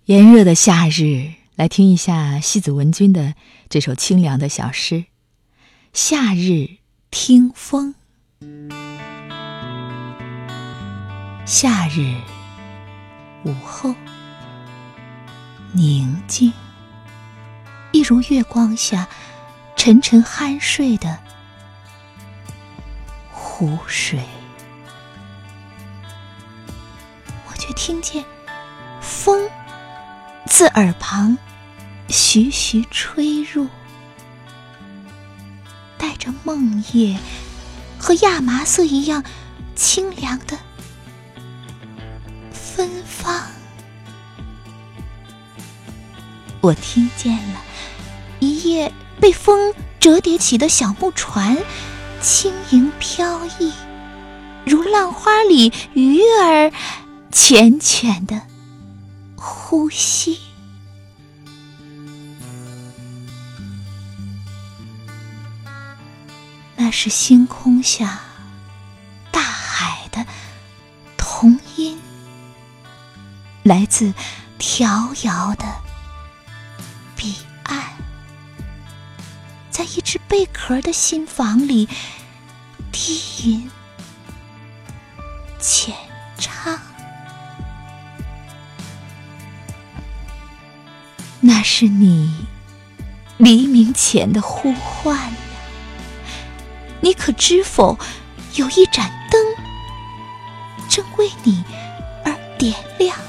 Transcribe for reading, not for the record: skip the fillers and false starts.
炎热的夏日，来听一下西子文君的这首清凉的小诗《夏日听风》。夏日午后，宁静，一如月光下沉沉酣睡的湖水。我却听见风自耳旁徐徐吹入，带着梦叶和亚麻色一样清凉的芬芳。我听见了一叶被风折叠起的小木船，轻盈飘逸，如浪花里鱼儿缱绻的呼吸。那是星空下大海的童音，来自迢遥的彼岸，在一只贝壳的心房里低吟浅唱。那是你黎明前的呼唤呀，你可知否，有一盏灯正为你而点亮。